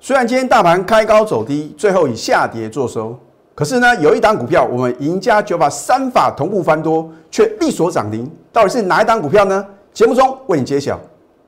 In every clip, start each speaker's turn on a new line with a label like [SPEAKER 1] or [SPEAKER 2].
[SPEAKER 1] 虽然今天大盘开高走低，最后以下跌作收，可是呢，有一档股票我们赢家九法三法同步翻多，却力所涨停，到底是哪一档股票呢？节目中为你揭晓。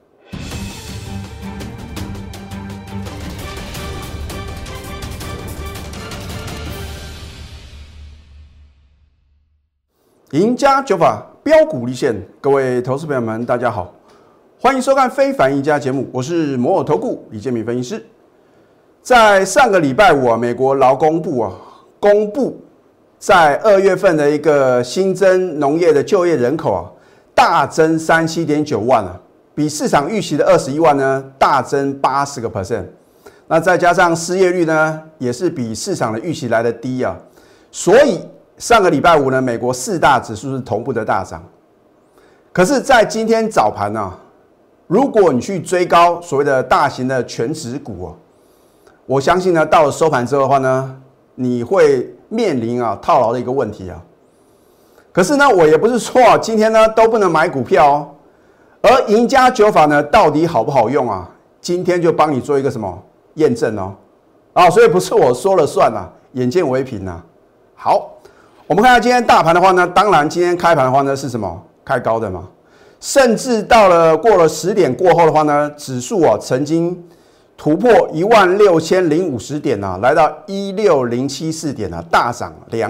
[SPEAKER 1] 赢家九法标股立现，各位投资朋友们，大家好，欢迎收看《非凡赢家》节目，我是摩尔投顾李建民分析师。在上个礼拜五美国劳工部公布在2月份的一个新增农业的就业人口大增37.9万比市场预期的21万呢大增80%。那再加上失业率呢也是比市场的预期来的低所以上个礼拜五呢，美国4大指数是同步的大涨。可是，在今天早盘如果你去追高所谓的大型的全指股我相信呢，到了收盘之后的话呢，你会面临套牢的一个问题可是呢，我也不是说今天呢都不能买股票而赢家九法呢到底好不好用今天就帮你做一个什么验证所以不是我说了算眼见为凭好，我们看一下今天大盘的话呢，当然今天开盘的话呢是什么？开高的嘛，甚至过了10点过后的话呢，指数曾经突破16050点来到16074点大涨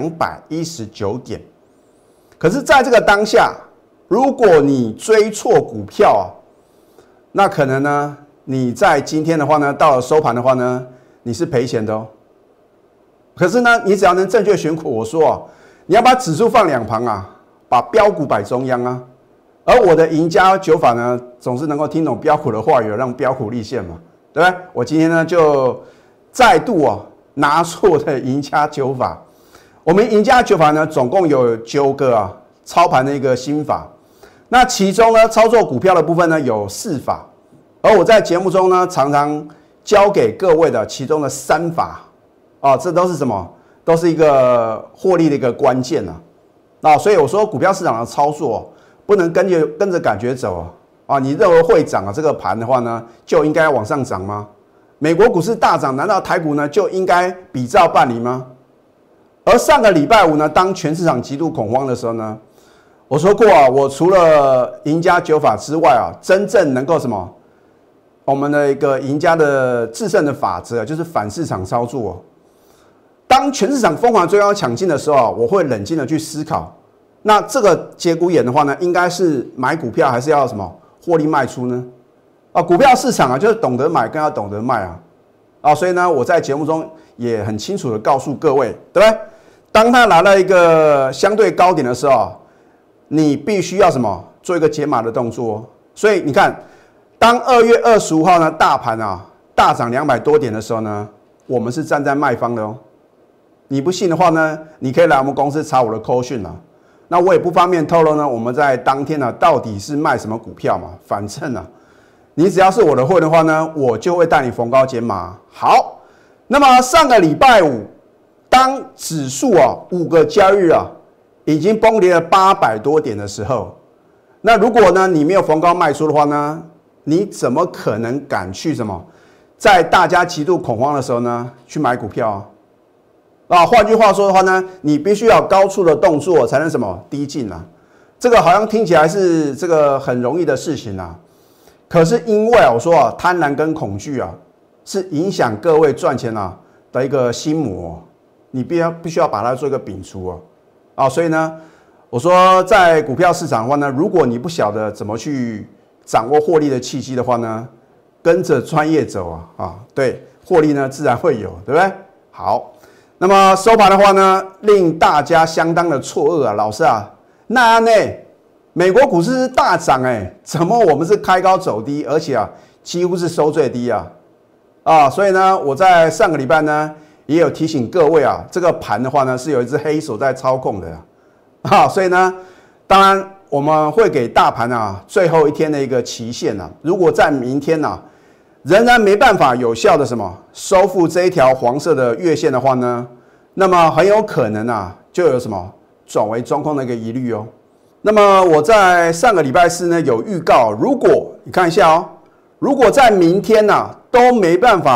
[SPEAKER 1] 219点。可是在这个当下，如果你追错股票那可能呢你在今天的话呢，到了收盘的话呢，你是赔钱的可是呢，你只要能正确选股，我说你要把指数放两旁把标股摆中央而我的赢家九法呢，总是能够听懂标股的话语，让标股立现嘛，对不对？我今天呢就再度拿出我的赢家九法。我们赢家九法呢，总共有9个操盘的一个心法。那其中呢，操作股票的部分呢有4法，而我在节目中呢常常教给各位的其中的3法这都是什么？都是一个获利的一个关键所以我说股票市场的操作不能跟着感觉走你认为会涨这个盘的话呢，就应该往上涨吗？美国股市大涨，难道台股呢就应该比照办理吗？而上个礼拜五呢，当全市场极度恐慌的时候呢，我说过我除了赢家九法之外真正能够什么？我们的一个赢家的制胜的法则就是反市场操作当全市场疯狂追高抢进的时候我会冷静的去思考，那这个节骨眼的话呢，应该是买股票还是要什么获利卖出呢？股票市场就是懂得买更要懂得卖所以呢，我在节目中也很清楚的告诉各位，对不对？当它来了一个相对高点的时候你必须要什么做一个解码的动作所以你看，当2月25号呢，大盘大涨200多点的时候呢，我们是站在卖方的你不信的话呢，你可以来我们公司查我的扣讯那我也不方便透露呢，我们在当天到底是卖什么股票嘛？反正你只要是我的会员的话呢，我就会带你逢高减码。好，那么上个礼拜五，当指数5个交易日已经崩跌了800多点的时候，那如果呢你没有逢高卖出的话呢，你怎么可能敢去什么？在大家极度恐慌的时候呢，去买股票换句话说的话呢，你必须要高处的动作才能什么低进这个好像听起来是这个很容易的事情可是因为我说贪婪跟恐惧是影响各位赚钱的一个心魔，你必须要把它做一个摒除所以呢，我说在股票市场的话呢，如果你不晓得怎么去掌握获利的契机的话呢，跟着专业走对，获利呢自然会有，对不对？好。那么收盘的话呢，令大家相当的错愕老师那呢，美国股市是大涨怎么我们是开高走低，而且几乎是收最低所以呢，我在上个礼拜呢也有提醒各位这个盘的话呢是有一只黑手在操控的所以呢，当然我们会给大盘最后一天的一个期限如果在明天仍然没办法有效的什么收复这一条黄色的月线的话呢，那么很有可能就有什么转为中空的一个疑虑那么我在上个礼拜四呢有预告，如果你看一下如果在明天都没办法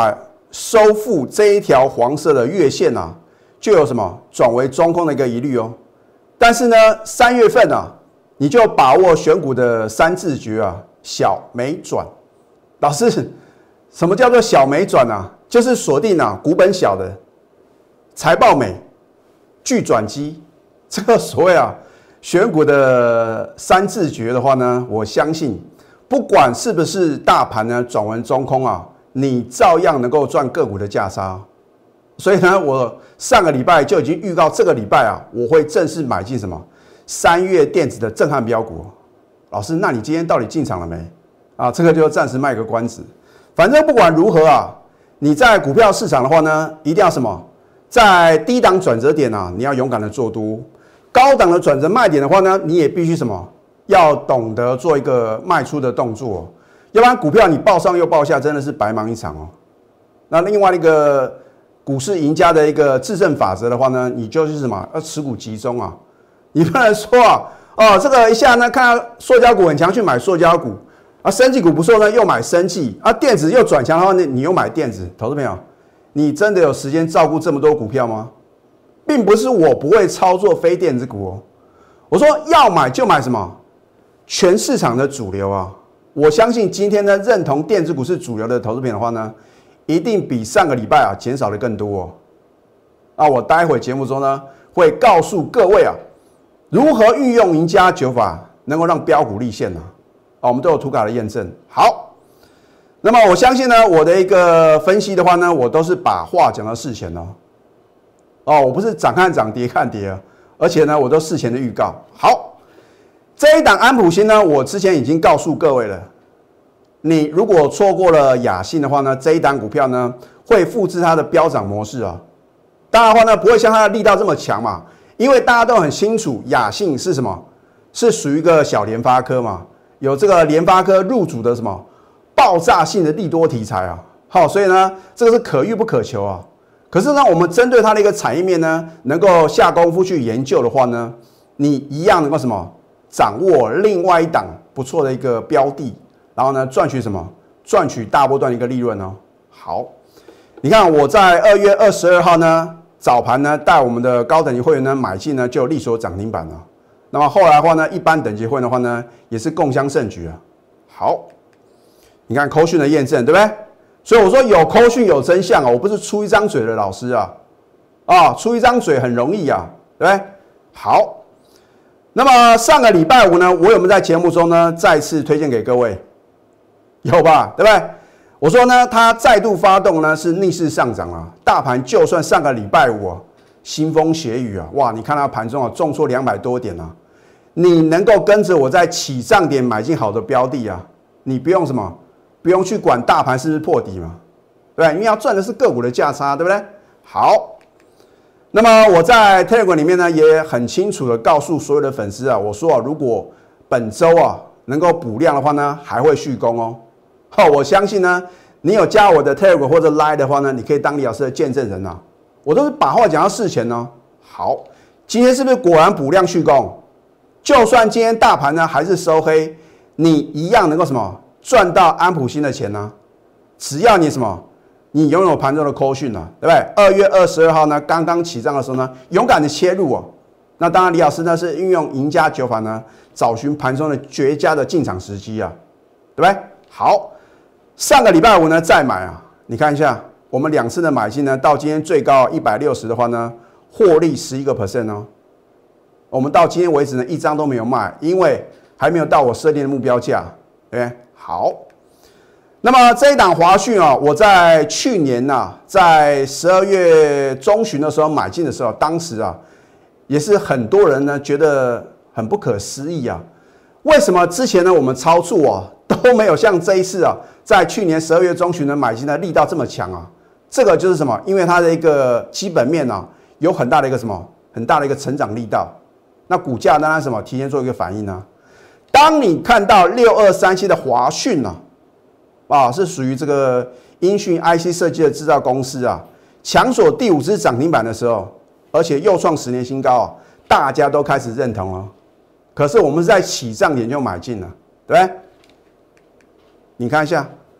[SPEAKER 1] 收复这一条黄色的月线啊，就有什么转为中空的一个疑虑哦。但是呢，3月份啊，你就把握选股的3字诀啊，小没转。老师，什么叫做小没转啊？就是锁定啊股本小的，财报美，具转机。这个所谓啊选股的3字诀的话呢，我相信不管是不是大盘呢转为中空啊，你照样能够赚个股的价差。所以呢，我上个礼拜就已经预告，这个礼拜啊，我会正式买进什么3月电子的震撼标股。老师，那你今天到底进场了没？啊，这个就暂时卖个关子。反正不管如何啊，你在股票市场的话呢，一定要什么，在低档转折点啊，你要勇敢的做多；高档的转折卖点的话呢，你也必须什么，要懂得做一个卖出的动作，要不然股票你报上又报下，真的是白忙一场哦。那另外一个股市赢家的一个制胜法则的话呢，你就是什么，要持股集中啊，你不能说啊，哦，这个一下呢看到塑胶股很强去买塑胶股。啊，生技股不错呢，又买生技啊，电子又转强的话呢，你又买电子。投资朋友，你真的有时间照顾这么多股票吗？并不是我不会操作非电子股哦，我说要买就买什么，全市场的主流啊。我相信今天呢，认同电子股是主流的投资朋友的话呢，一定比上个礼拜啊减少的更多哦。啊，我待会节目中呢会告诉各位啊，如何运用赢家9法，能够让标股立现啊。我们都有图卡的验证。好，那么我相信呢，我的一个分析的话呢，我都是把话讲到事前哦。我不是涨看涨跌看跌啊，而且呢，我都事前的预告。好，这一档安普新呢，我之前已经告诉各位了。你如果错过了雅信的话呢，这一档股票呢会复制它的飙涨模式啊。当然的话呢，不会像它的力道这么强嘛，因为大家都很清楚，雅信是什么？是属于一个小联发科嘛。有这个联发科入主的什么爆炸性的利多题材啊，好，所以呢，这个是可遇不可求啊。可是呢，我们针对它的一个产业面呢，能够下功夫去研究的话呢，你一样能够什么掌握另外一档不错的一个标的，然后呢赚取什么赚取大波段的一个利润哦。好，你看我在2月22号呢早盘呢带我们的高等级会员呢买进呢就力所涨停板了。那么后来的话呢，一般等级会员的话呢，也是共襄盛举啊。好，你看扣讯的验证，对不对？所以我说有扣讯有真相啊，我不是出一张嘴的老师啊，出一张嘴很容易啊，对不对？好，那么上个礼拜五呢，我有没有在节目中呢再次推荐给各位？有吧，对不对？我说呢，它再度发动呢是逆势上涨啊，大盘就算上个礼拜五啊腥风血雨啊，哇，你看它盘中啊重挫200多点啊。你能够跟着我在起涨点买进好的标的啊，你不用什么，不用去管大盘是不是破底嘛，对不对？因为要赚的是个股的价差，对不对？好，那么我在 Telegram 里面呢也很清楚的告诉所有的粉丝啊，我说啊，如果本周啊能够补量的话呢，还会续攻哦。好，我相信呢，你有加我的 Telegram 或者 Line 的话呢，你可以当李老师的见证人啊。我都是把话讲到事前哦。好，今天是不是果然补量续攻？就算今天大盘呢还是收黑，你一样能够什么赚到安普新的钱呢？只要你什么，你拥有盘中的call讯啊，对不对？2月22号呢，刚刚起涨的时候呢，勇敢的切入哦。那当然，李老师呢是运用赢家9法呢，找寻盘中的绝佳的进场时机啊，对不对？好，上个礼拜五呢再买啊，你看一下我们2次的买进呢，到今天最高160的话呢，获利11% 哦。我们到今天为止呢，一张都没有卖，因为还没有到我设定的目标价，对不对？好，那么这一档华讯啊，我在去年啊，在12月中旬的时候买进的时候，当时啊，也是很多人呢觉得很不可思议啊，为什么之前呢我们操作啊都没有像这一次啊，在去年12月中旬的买进的力道这么强啊？这个就是什么？因为它的一个基本面啊，有很大的一个什么？很大的一个成长力道。那股价当然什么提前做一个反应呢？当你看到6237的华讯是属于这个英讯 IC 设计的制造公司啊，强锁第5只涨停板的时候，而且又创10年新高啊，大家都开始认同了。可是我们是在起涨点就买进了，对不对？你看一下，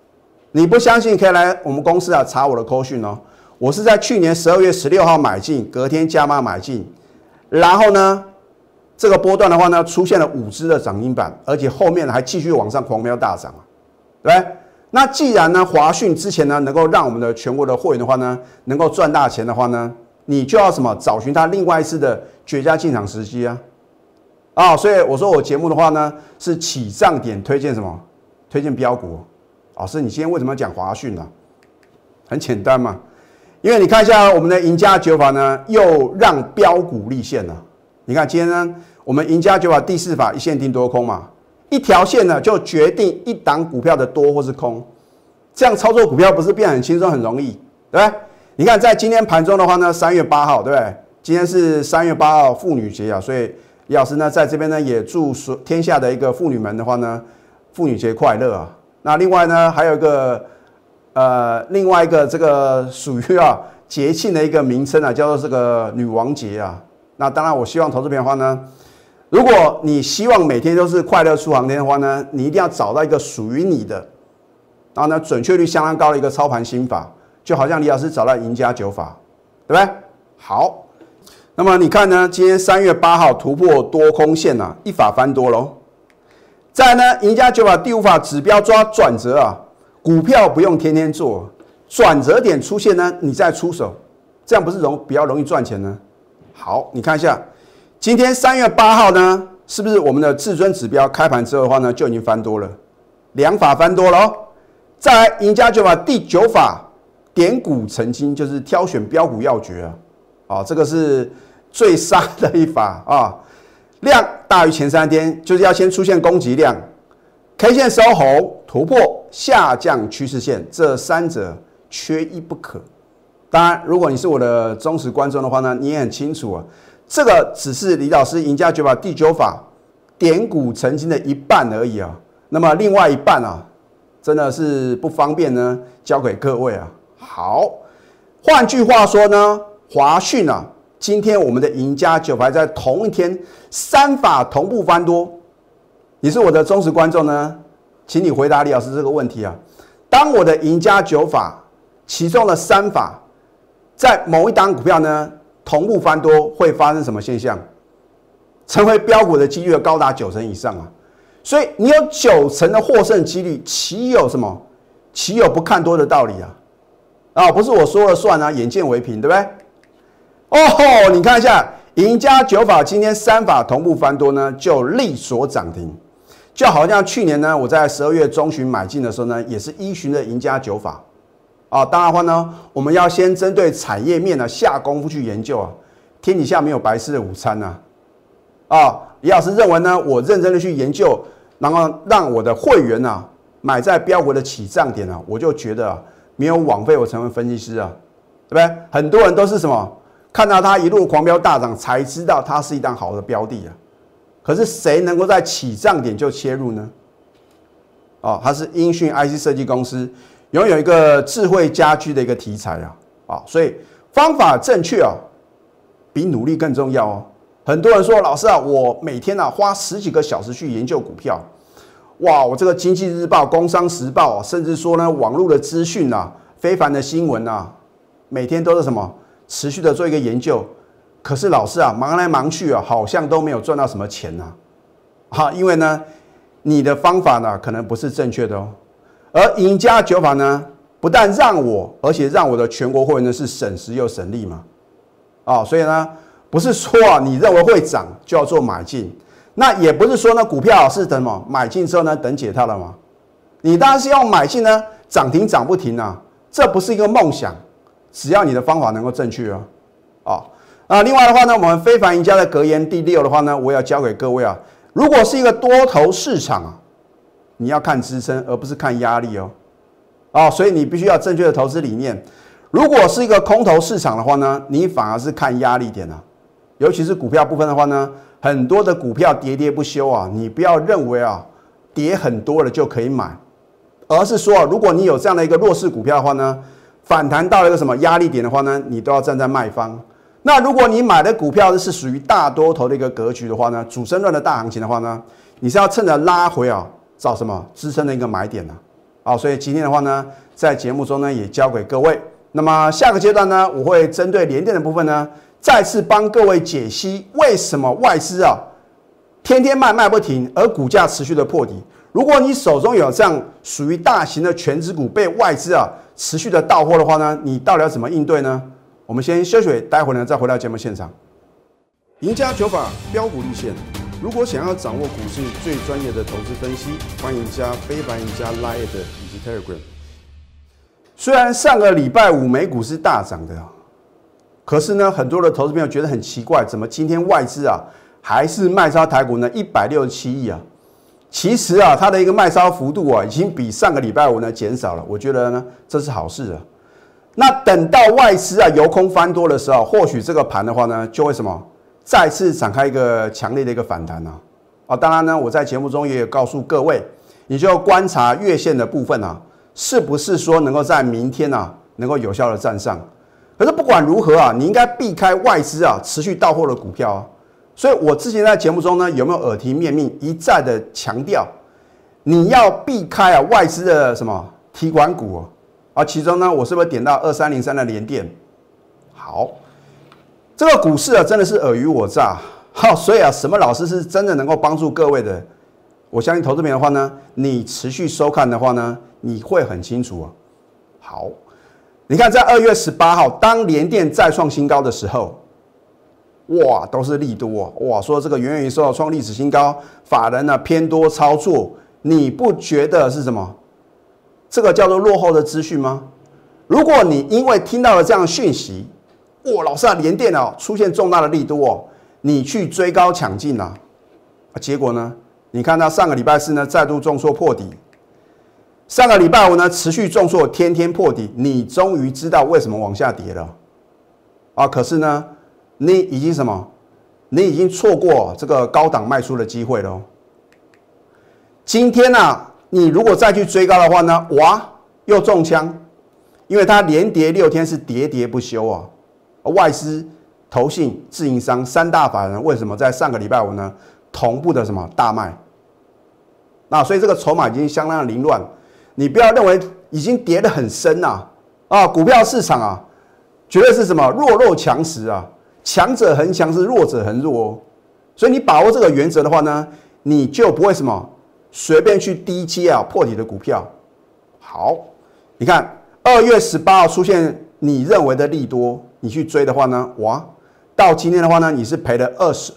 [SPEAKER 1] 你不相信可以来我们公司啊查我的扣讯哦。我是在去年12月16号买进，隔天加码买进，然后呢，这个波段的话呢，出现了5只的涨停板，而且后面还继续往上狂飙大涨啊，对不对？那既然呢，华讯之前呢能够让我们的全国的会员的话呢，能够赚大钱的话呢，你就要什么找寻它另外一次的绝佳进场时机啊！所以我说我节目的话呢，是起涨点推荐什么？推荐标股。老师，你今天为什么要讲华讯呢？很简单嘛，因为你看一下我们的赢家九法呢，又让标股立现了。你看今天呢，我们赢家九法第4法一线定多空嘛。一条线呢，就决定一档股票的多或是空，这样操作股票不是变得很轻松、很容易，对不对？你看，在今天盘中的话呢，3月8号，对不对？今天是3月8号妇女节啊，所以李老师呢在这边呢也祝天下的一个妇女们的话呢，妇女节快乐啊！那另外呢，还有一个另外一个这个属于节庆的一个名称啊，叫做这个女王节啊。那当然，我希望投资朋友的话呢，如果你希望每天都是快乐出航天的话呢，你一定要找到一个属于你的，然后呢准确率相当高的一个操盘心法，就好像李老师找到赢家九法，对不对？好，那么你看呢，今天3月8号突破多空线啊，一法翻多喽。再来呢，赢家九法第5法指标抓转折啊，股票不用天天做，转折点出现呢，你再出手，这样不是比较容易赚钱呢？好，你看一下。今天3月8号呢，是不是我们的至尊指标开盘之后的话呢，就已经翻多了，2法翻多了哦。再来，赢家九法第9法点股成金，就是挑选标股要诀啊，这个是最杀的一法啊，量大于前3天，就是要先出现攻击量 ，K 线收红突破下降趋势线，这3者缺一不可。当然，如果你是我的忠实观众的话呢，你也很清楚啊。这个只是李老师赢家九法第9法点股成金的一半而已啊，那么另外一半啊，真的是不方便呢，交给各位啊。好，换句话说呢，华讯啊，今天我们的赢家九法在同一天3法同步翻多，你是我的忠实观众呢，请你回答李老师这个问题啊。当我的赢家九法其中的3法在某一档股票呢，同步翻多会发生什么现象？成为标股的几率高达90%以上啊！所以你有90%的获胜几率，岂有什么？岂有不看多的道理啊？不是我说了算啊，眼见为凭，对不对？哦，你看一下，赢家九法今天3法同步翻多呢，就力所涨停，就好像去年呢，我在12月中旬买进的时候呢，也是依循着赢家九法。当然的话呢，我们要先针对产业面呢下功夫去研究啊。天底下没有白吃的午餐李老师认为呢，我认真的去研究，然后让我的会员买在标股的起涨点我就觉得没有枉费我成为分析师对不对？很多人都是什么看到它一路狂飙大涨才知道它是一档好的标的可是谁能够在起涨点就切入呢？它是英讯 IC 设计公司。拥有一个智慧家居的一个题材所以方法正确比努力更重要很多人说，老师我每天花10几个小时去研究股票，哇，我这个经济日报、工商时报甚至说呢网络的资讯非凡的新闻每天都是什么持续的做一个研究，可是老师忙来忙去好像都没有赚到什么钱因为呢你的方法呢可能不是正确的而赢家九法呢，不但让我，而且让我的全国会员呢是省时又省力嘛，所以呢，不是说你认为会涨就要做买进，那也不是说呢股票是等什么买进之后呢等解套了嘛，你当然是要买进呢，涨停涨不停这不是一个梦想，只要你的方法能够正确另外的话呢，我们非凡赢家的格言第6的话呢，我也要教给各位如果是一个多头市场你要看支撑，而不是看压力所以你必须要正确的投资理念。如果是一个空头市场的话呢，你反而是看压力点尤其是股票部分的话呢，很多的股票喋喋不休你不要认为跌很多了就可以买，而是说如果你有这样的一个弱势股票的话呢，反弹到了一个什么压力点的话呢，你都要站在卖方。那如果你买的股票是属于大多头的一个格局的话呢，主升段的大行情的话呢，你是要趁着拉回找什么支撑的一个买点所以今天的话呢，在节目中呢也教给各位。那么下个阶段呢，我会针对联电的部分呢，再次帮各位解析为什么外资天天卖不停，而股价持续的破底。如果你手中有这样属于大型的权值股被外资持续的到货的话呢，你到底要怎么应对呢？我们先休息，待会呢再回到节目现场。赢家九法标股立线。如果想要掌握股市最专业的投资分析，欢迎加非凡、赢家 Line 以及 Telegram。虽然上个礼拜五美股是大涨的，可是呢，很多的投资朋友觉得很奇怪，怎么今天外资还是卖超台股呢？167亿啊！其实它的一个卖超幅度已经比上个礼拜五呢减少了。我觉得呢，这是好事啊。那等到外资由空翻多的时候，或许这个盘的话呢，就会什么？再次展开一个强烈的一个反弹当然呢，我在节目中也有告诉各位，你就观察月线的部分是不是说能够在明天能够有效的站上？可是不管如何你应该避开外资持续到货的股票所以我之前在节目中呢，有没有耳提面命一再的强调，你要避开外资的什么提款股其中呢，我是不是点到2303的联电？好。这个股市真的是尔虞我诈，所以什么老师是真的能够帮助各位的？我相信投资朋友的话呢，你持续收看的话呢，你会很清楚好，你看在2月18号，当联电再创新高的时候，哇，都是利多哇，说这个元宇宙创历史新高，法人偏多操作，你不觉得是什么？这个叫做落后的资讯吗？如果你因为听到了这样的讯息，老师联电出现重大的利多你去追高抢进结果呢？你看到上个礼拜四呢再度重挫破底，上个礼拜五呢持续重挫，天天破底，你终于知道为什么往下跌了可是呢，你已经什么？你已经错过这个高档卖出的机会了今天你如果再去追高的话呢，哇，又中枪，因为它连跌6天是喋喋不休外资、投信、自营商三大法人为什么在上个礼拜五呢同步的什么大卖？所以这个筹码已经相当的凌乱，你不要认为已经跌得很深股票市场绝对是什么弱强食强者恒强是弱者恒弱所以你把握这个原则的话呢，你就不会什么随便去低接破底的股票。好，你看2月18号出现你认为的利多。你去追的话呢，哇，到今天的话呢，你是赔了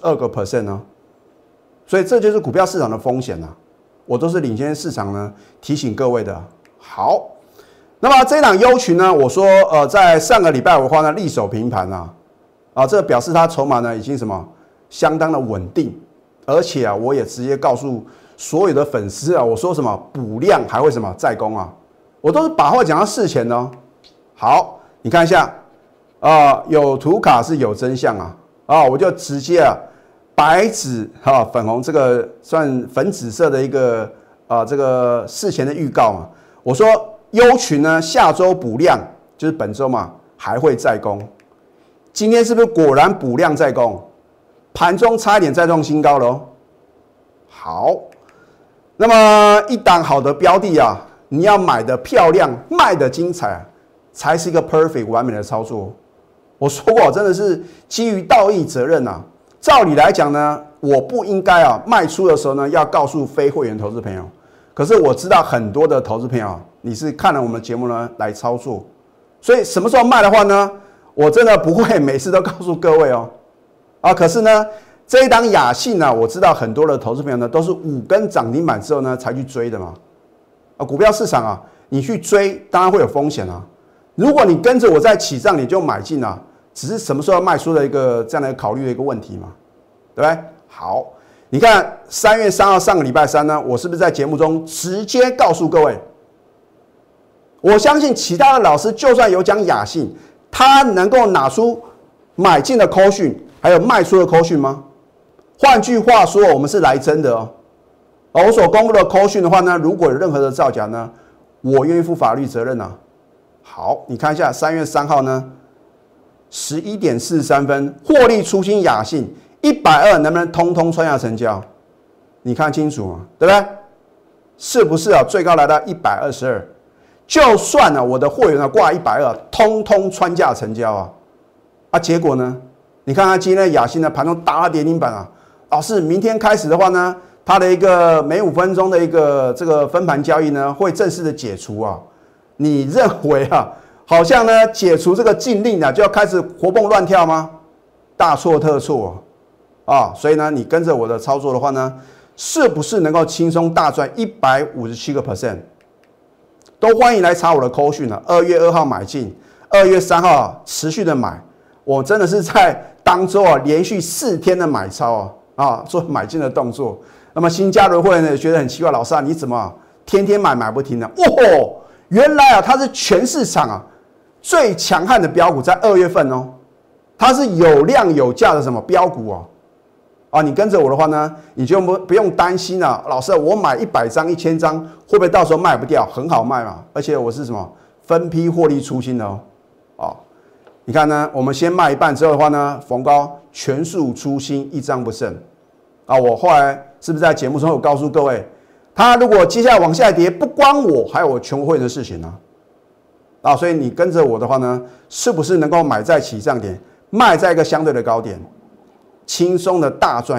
[SPEAKER 1] 22%所以这就是股票市场的风险我都是领先市场呢提醒各位的。好，那么这一档优群呢，我说在上个礼拜五的话呢，力守平盘这表示它筹码呢已经什么相当的稳定，而且我也直接告诉所有的粉丝我说什么补量还会什么再攻我都是把话讲到事前好，你看一下。有图卡是有真相我就直接白纸粉红这个算粉紫色的一个这个事前的预告我说优群呢下周补量，就是本周还会再攻。今天是不是果然补量再攻？盘中差一点再创新高了好，那么一档好的标的你要买的漂亮，卖的精彩才是一个 perfect 完美的操作。我说过，真的是基于道义责任照理来讲呢，我不应该卖出的时候呢，要告诉非会员投资朋友。可是我知道很多的投资朋友你是看了我们的节目呢来操作，所以什么时候卖的话呢，我真的不会每次都告诉各位可是呢，这一档雅信我知道很多的投资朋友呢都是5根涨停板之后呢才去追的股票市场你去追当然会有风险如果你跟着我在起涨你就买进只是什么时候要卖出的一个这样的考虑的一个问题嘛，对不对？好，你看3月3号上个礼拜三呢，我是不是在节目中直接告诉各位？我相信其他的老师就算有讲雅信，他能够拿出买进的扣讯，还有卖出的扣讯吗？换句话说，我们是来真的我所公布的扣讯的话呢，如果有任何的造假呢，我愿意负法律责任好，你看一下3月3号呢，11点43分，获利出清雅信120，能不能通通穿下成交？你看清楚吗？对不对？ 是不是啊？最高来到122，就算呢、我的会员呢挂120，通通穿价成交啊，结果呢？你看看今天雅欣的盘中打到跌停板啊，老师，明天开始的话呢，它的一个每5分钟的一个这个分盘交易呢，会正式的解除啊。你认为啊，好像呢解除这个禁令啊，就要开始活蹦乱跳吗？大错特错啊！所以呢，你跟着我的操作的话呢，是不是能够轻松大赚157%？都欢迎来查我的扣讯啊。2月2号买进，2月3号持续的买，我真的是在当周啊连续4天的买超做买进的动作。那么新加入会员呢，觉得很奇怪，老师啊，你怎么天天买不停呢？哦，原来啊，它是全市场啊最强悍的标股，在2月份哦。它是有量有价的什么标股你跟着我的话呢，你就不用担心老师，我买100张、1000张，会不会到时候卖不掉？很好卖嘛，而且我是什么分批获利出清的你看呢，我们先卖一半之后的话呢，逢高全数出清，1张不剩我后来是不是在节目中有告诉各位，它如果接下来往下跌，不关我还有我全国会员的事情呢所以你跟着我的话呢，是不是能够买在起涨点？卖在一个相对的高点，轻松的大赚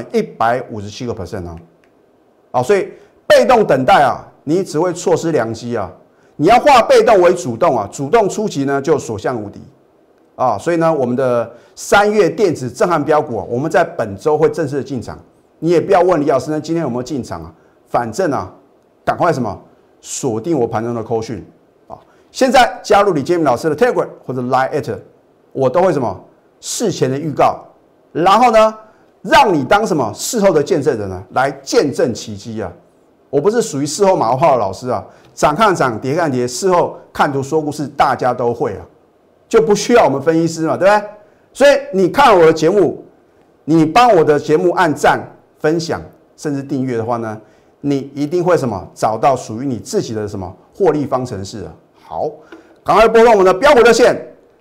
[SPEAKER 1] 157%所以被动等待你只会错失良机你要化被动为主动主动出击呢就所向无敌所以呢，我们的3月电子震撼标股我们在本周会正式的进场，你也不要问李老师呢今天有没有进场反正赶快什么锁定我盘中的扣讯现在加入李建明老师的 Telegram 或者 Line@ 我都会什么事前的预告，然后呢，让你当什么事后的见证人来见证奇迹我不是属于事后马后炮的老师涨看涨，跌看跌，事后看图说故事，大家都会就不需要我们分析师嘛，对不对？所以你看我的节目，你帮我的节目按赞、分享，甚至订阅的话呢，你一定会什么找到属于你自己的什么获利方程式好，赶快拨通我们的标股热线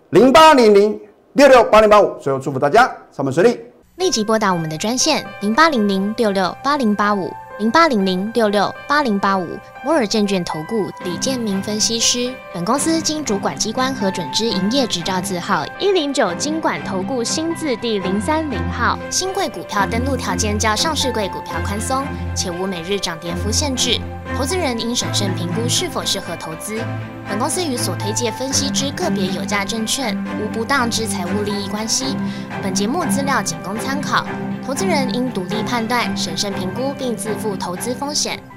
[SPEAKER 1] 0800668085，最后祝福大家上班顺利。
[SPEAKER 2] 立即拨打我们的专线08006680850800668085，摩尔证券投顾李建明分析师。本公司经主管机关核准之营业执照字号109金管投顾新字第030号。新贵股票登录条件较上市贵股票宽松，且无每日涨跌幅限制。投资人应审慎评估是否适合投资。本公司与所推介分析之个别有价证券无不当之财务利益关系。本节目资料仅供参考，投资人应独立判断、审慎评估并自负投资风险。